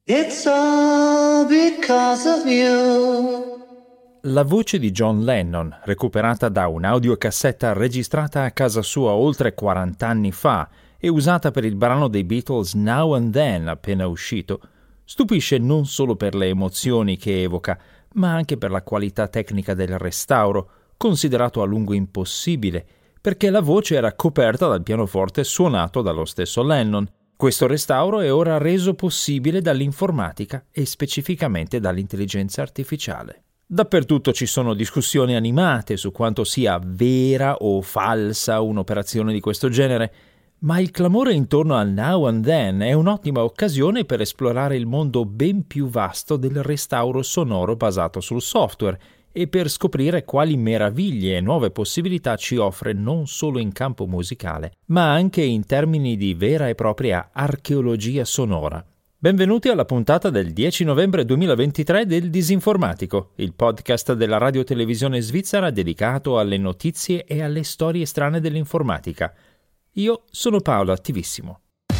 It's all because of you. La voce di John Lennon, recuperata da un'audiocassetta registrata a casa sua oltre 40 anni fa e usata per il brano dei Beatles Now and Then appena uscito, stupisce non solo per le emozioni che evoca, ma anche per la qualità tecnica del restauro, considerato a lungo impossibile, perché la voce era coperta dal pianoforte suonato dallo stesso Lennon. Questo restauro è ora reso possibile dall'informatica e specificamente dall'intelligenza artificiale. Dappertutto ci sono discussioni animate su quanto sia vera o falsa un'operazione di questo genere, ma il clamore intorno al Now and Then è un'ottima occasione per esplorare il mondo ben più vasto del restauro sonoro basato sul software e per scoprire quali meraviglie e nuove possibilità ci offre non solo in campo musicale, ma anche in termini di vera e propria archeologia sonora. Benvenuti alla puntata del 10 novembre 2023 del Disinformatico, il podcast della radio-televisione svizzera dedicato alle notizie e alle storie strane dell'informatica. Io sono Paolo Attivissimo.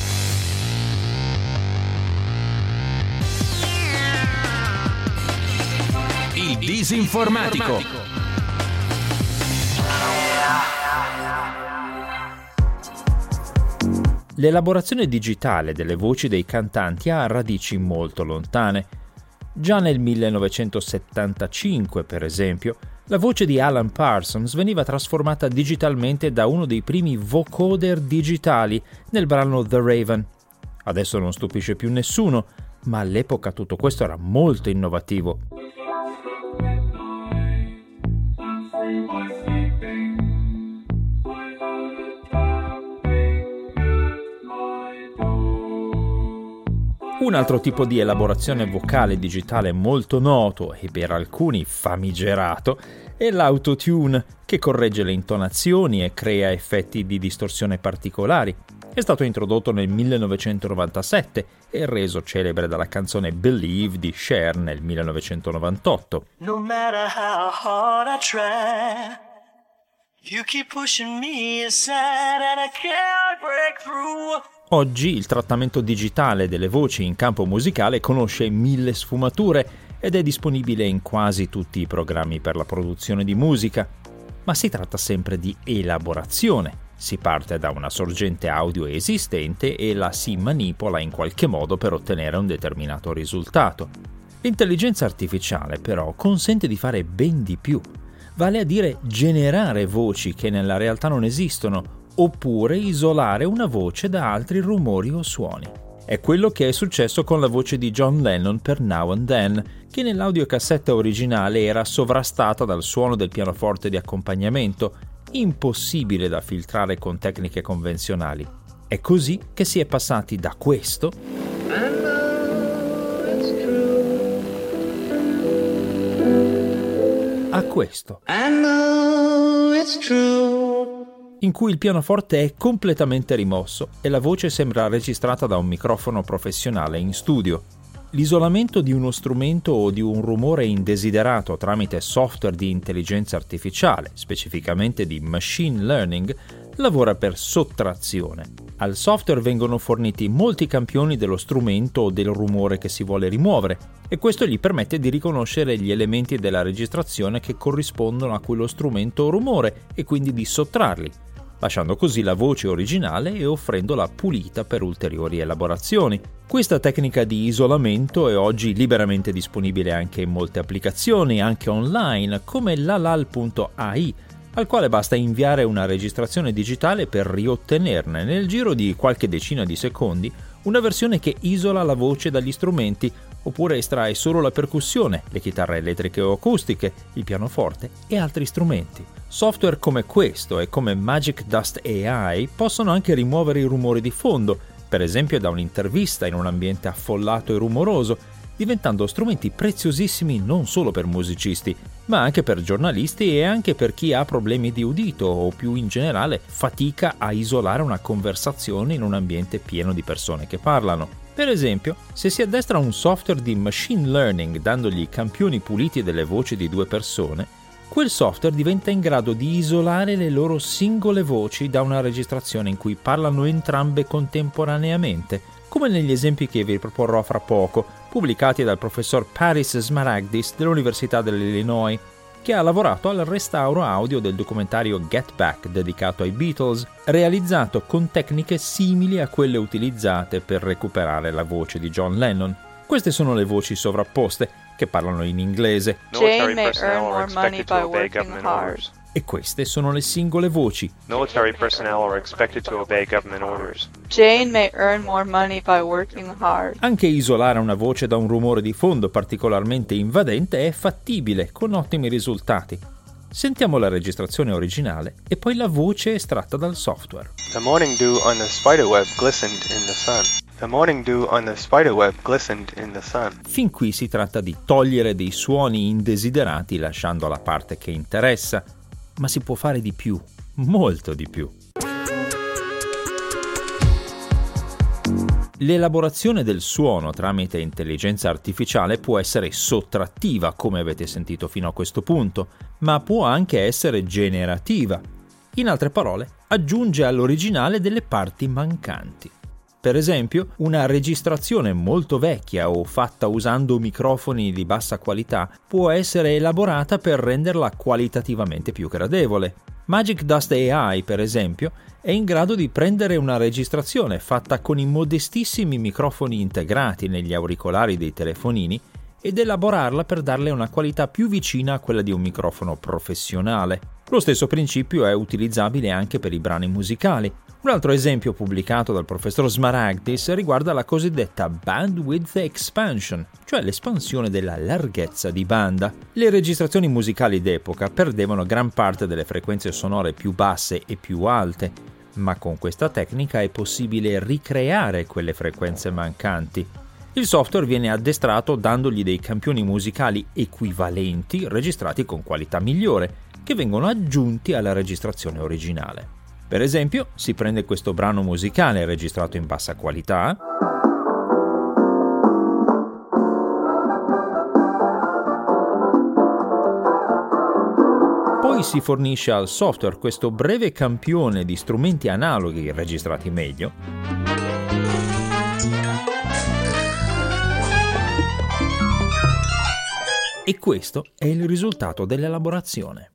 Il Disinformatico. L'elaborazione digitale delle voci dei cantanti ha radici molto lontane. Già nel 1975, per esempio, la voce di Alan Parsons veniva trasformata digitalmente da uno dei primi vocoder digitali nel brano The Raven. Adesso non stupisce più nessuno, ma all'epoca tutto questo era molto innovativo. Un altro tipo di elaborazione vocale digitale molto noto e per alcuni famigerato è l'autotune, che corregge le intonazioni e crea effetti di distorsione particolari. È stato introdotto nel 1997 e reso celebre dalla canzone Believe di Cher nel 1998. No matter how hard I try, you keep pushing me aside and I can't break through. Oggi il trattamento digitale delle voci in campo musicale conosce 1000 sfumature ed è disponibile in quasi tutti i programmi per la produzione di musica, ma si tratta sempre di elaborazione. Si parte da una sorgente audio esistente e la si manipola in qualche modo per ottenere un determinato risultato. L'intelligenza artificiale però consente di fare ben di più, vale a dire generare voci che nella realtà non esistono, oppure isolare una voce da altri rumori o suoni. È quello che è successo con la voce di John Lennon per Now and Then, che nell'audiocassetta originale era sovrastata dal suono del pianoforte di accompagnamento, impossibile da filtrare con tecniche convenzionali. È così che si è passati da questo a questo, in cui il pianoforte è completamente rimosso e la voce sembra registrata da un microfono professionale in studio. L'isolamento di uno strumento o di un rumore indesiderato tramite software di intelligenza artificiale, specificamente di machine learning, lavora per sottrazione. Al software vengono forniti molti campioni dello strumento o del rumore che si vuole rimuovere e questo gli permette di riconoscere gli elementi della registrazione che corrispondono a quello strumento o rumore e quindi di sottrarli, lasciando così la voce originale e offrendola pulita per ulteriori elaborazioni. Questa tecnica di isolamento è oggi liberamente disponibile anche in molte applicazioni, anche online, come lalal.ai, al quale basta inviare una registrazione digitale per riottenerne nel giro di qualche decina di secondi una versione che isola la voce dagli strumenti oppure estrae solo la percussione, le chitarre elettriche o acustiche, il pianoforte e altri strumenti. Software come questo e come Magic Dust AI possono anche rimuovere i rumori di fondo, per esempio da un'intervista in un ambiente affollato e rumoroso, diventando strumenti preziosissimi non solo per musicisti, ma anche per giornalisti e anche per chi ha problemi di udito o più in generale fatica a isolare una conversazione in un ambiente pieno di persone che parlano. Per esempio, se si addestra un software di machine learning dandogli campioni puliti delle voci di due persone, quel software diventa in grado di isolare le loro singole voci da una registrazione in cui parlano entrambe contemporaneamente, come negli esempi che vi proporrò fra poco, pubblicati dal professor Paris Smaragdis dell'Università dell'Illinois, che ha lavorato al restauro audio del documentario Get Back dedicato ai Beatles, realizzato con tecniche simili a quelle utilizzate per recuperare la voce di John Lennon. Queste sono le voci sovrapposte, che parlano in inglese. Jane may earn more money by working hard. E queste sono le singole voci. Military personnel are expected to obey government orders. Jane may earn more money by working hard. Anche isolare una voce da un rumore di fondo particolarmente invadente è fattibile, con ottimi risultati. Sentiamo la registrazione originale e poi la voce estratta dal software. The morning dew on the spiderweb glistened in the sun. The morning dew on the spiderweb glistened in the sun. Fin qui si tratta di togliere dei suoni indesiderati lasciando la parte che interessa, ma si può fare di più, molto di più. L'elaborazione del suono tramite intelligenza artificiale può essere sottrattiva, come avete sentito fino a questo punto, ma può anche essere generativa. In altre parole, aggiunge all'originale delle parti mancanti. Per esempio, una registrazione molto vecchia o fatta usando microfoni di bassa qualità può essere elaborata per renderla qualitativamente più gradevole. Magic Dust AI, per esempio, è in grado di prendere una registrazione fatta con i modestissimi microfoni integrati negli auricolari dei telefonini ed elaborarla per darle una qualità più vicina a quella di un microfono professionale. Lo stesso principio è utilizzabile anche per i brani musicali. Un altro esempio pubblicato dal professor Smaragdis riguarda la cosiddetta bandwidth expansion, cioè l'espansione della larghezza di banda. Le registrazioni musicali d'epoca perdevano gran parte delle frequenze sonore più basse e più alte, ma con questa tecnica è possibile ricreare quelle frequenze mancanti. Il software viene addestrato dandogli dei campioni musicali equivalenti registrati con qualità migliore, che vengono aggiunti alla registrazione originale. Per esempio, si prende questo brano musicale registrato in bassa qualità, poi si fornisce al software questo breve campione di strumenti analoghi registrati meglio, e questo è il risultato dell'elaborazione.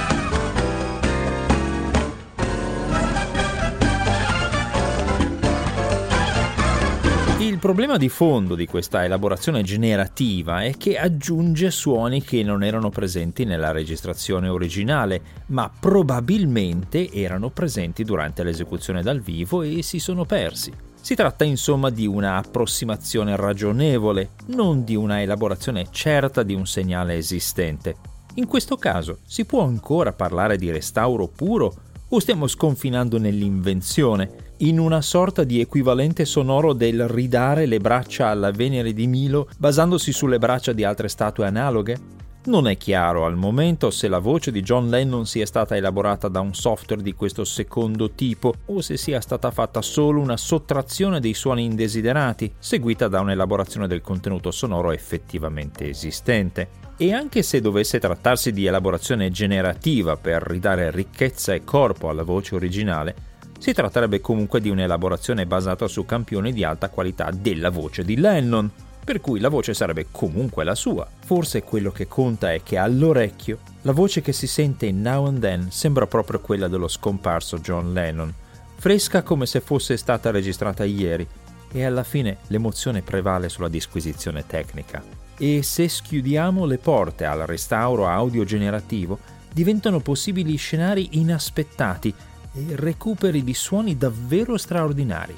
Il problema di fondo di questa elaborazione generativa è che aggiunge suoni che non erano presenti nella registrazione originale, ma probabilmente erano presenti durante l'esecuzione dal vivo e si sono persi. Si tratta insomma di una approssimazione ragionevole, non di una elaborazione certa di un segnale esistente. In questo caso si può ancora parlare di restauro puro o stiamo sconfinando nell'invenzione, in una sorta di equivalente sonoro del ridare le braccia alla Venere di Milo basandosi sulle braccia di altre statue analoghe? Non è chiaro al momento se la voce di John Lennon sia stata elaborata da un software di questo secondo tipo o se sia stata fatta solo una sottrazione dei suoni indesiderati, seguita da un'elaborazione del contenuto sonoro effettivamente esistente. E anche se dovesse trattarsi di elaborazione generativa per ridare ricchezza e corpo alla voce originale, si tratterebbe comunque di un'elaborazione basata su campioni di alta qualità della voce di Lennon, per cui la voce sarebbe comunque la sua. Forse quello che conta è che all'orecchio la voce che si sente in Now and Then sembra proprio quella dello scomparso John Lennon, fresca come se fosse stata registrata ieri, e alla fine l'emozione prevale sulla disquisizione tecnica. E se schiudiamo le porte al restauro audio generativo, diventano possibili scenari inaspettati e recuperi di suoni davvero straordinari.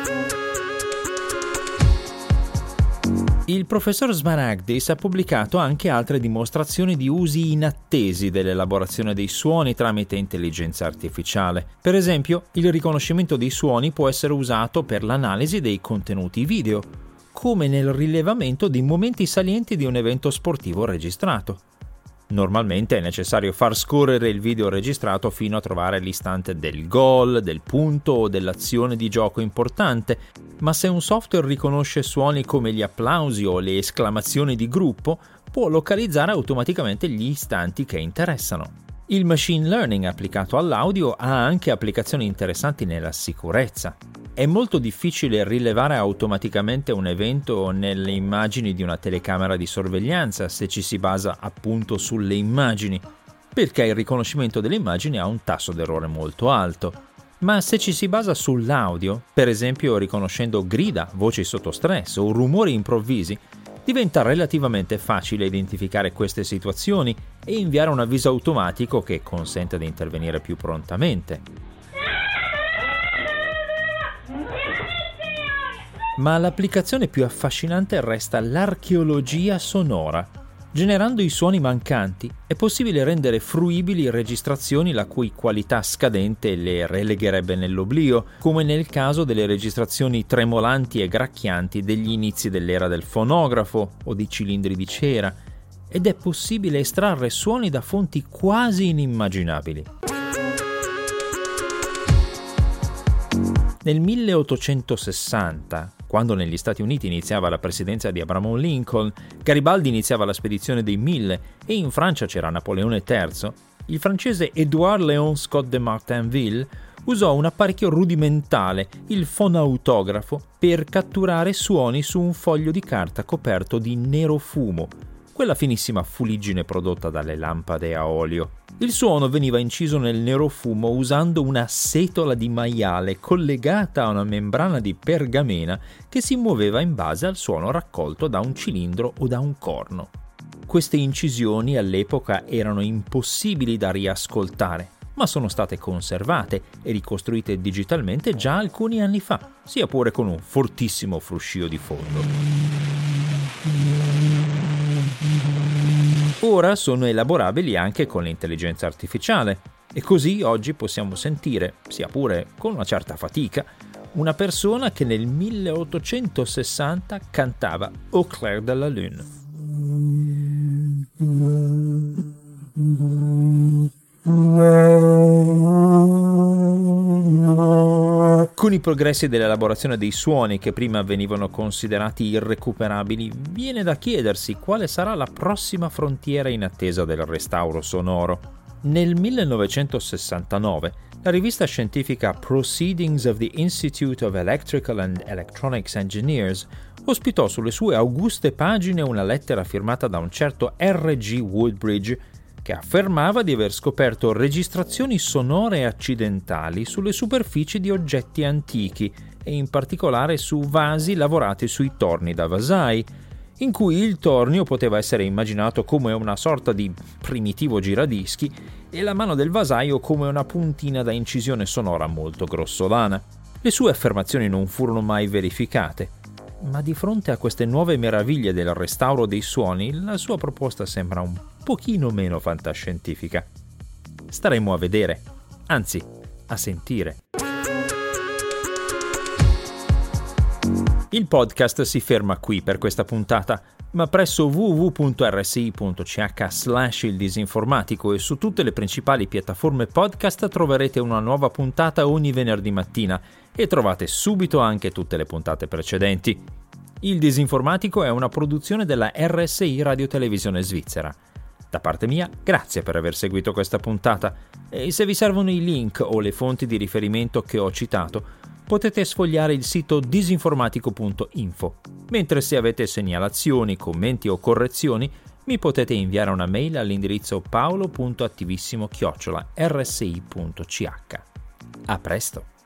Il professor Smaragdis ha pubblicato anche altre dimostrazioni di usi inattesi dell'elaborazione dei suoni tramite intelligenza artificiale. Per esempio, il riconoscimento dei suoni può essere usato per l'analisi dei contenuti video, come nel rilevamento di momenti salienti di un evento sportivo registrato. Normalmente è necessario far scorrere il video registrato fino a trovare l'istante del gol, del punto o dell'azione di gioco importante, ma se un software riconosce suoni come gli applausi o le esclamazioni di gruppo, può localizzare automaticamente gli istanti che interessano. Il machine learning applicato all'audio ha anche applicazioni interessanti nella sicurezza. È molto difficile rilevare automaticamente un evento nelle immagini di una telecamera di sorveglianza se ci si basa appunto sulle immagini, perché il riconoscimento delle immagini ha un tasso d'errore molto alto. Ma se ci si basa sull'audio, per esempio riconoscendo grida, voci sotto stress o rumori improvvisi, diventa relativamente facile identificare queste situazioni e inviare un avviso automatico che consente di intervenire più prontamente. Ma l'applicazione più affascinante resta l'archeologia sonora. Generando i suoni mancanti è possibile rendere fruibili registrazioni la cui qualità scadente le relegherebbe nell'oblio, come nel caso delle registrazioni tremolanti e gracchianti degli inizi dell'era del fonografo o di cilindri di cera, ed è possibile estrarre suoni da fonti quasi inimmaginabili. Nel 1860, quando negli Stati Uniti iniziava la presidenza di Abraham Lincoln, Garibaldi iniziava la spedizione dei 1000 e in Francia c'era Napoleone III, il francese Édouard Léon Scott de Martinville usò un apparecchio rudimentale, il fonautografo, per catturare suoni su un foglio di carta coperto di nero fumo, quella finissima fuliggine prodotta dalle lampade a olio. Il suono veniva inciso nel nero fumo usando una setola di maiale collegata a una membrana di pergamena che si muoveva in base al suono raccolto da un cilindro o da un corno. Queste incisioni all'epoca erano impossibili da riascoltare, ma sono state conservate e ricostruite digitalmente già alcuni anni fa, sia pure con un fortissimo fruscio di fondo. Ora sono elaborabili anche con l'intelligenza artificiale e così oggi possiamo sentire, sia pure con una certa fatica, una persona che nel 1860 cantava Au clair de la lune. Con i progressi dell'elaborazione dei suoni che prima venivano considerati irrecuperabili, viene da chiedersi quale sarà la prossima frontiera in attesa del restauro sonoro. Nel 1969, la rivista scientifica Proceedings of the Institute of Electrical and Electronics Engineers ospitò sulle sue auguste pagine una lettera firmata da un certo R.G. Woodbridge, che affermava di aver scoperto registrazioni sonore accidentali sulle superfici di oggetti antichi e in particolare su vasi lavorati sui torni da vasai, in cui il tornio poteva essere immaginato come una sorta di primitivo giradischi e la mano del vasaio come una puntina da incisione sonora molto grossolana. Le sue affermazioni non furono mai verificate, ma di fronte a queste nuove meraviglie del restauro dei suoni, la sua proposta sembra un pochino meno fantascientifica. Staremo a vedere, anzi, a sentire. Il podcast si ferma qui per questa puntata, ma presso www.rsi.ch/il disinformatico e su tutte le principali piattaforme podcast troverete una nuova puntata ogni venerdì mattina e trovate subito anche tutte le puntate precedenti. Il disinformatico è una produzione della RSI Radio Televisione Svizzera. Da parte mia, grazie per aver seguito questa puntata e se vi servono i link o le fonti di riferimento che ho citato, potete sfogliare il sito disinformatico.info, mentre se avete segnalazioni, commenti o correzioni, mi potete inviare una mail all'indirizzo paolo.attivissimo@rsi.ch. A presto!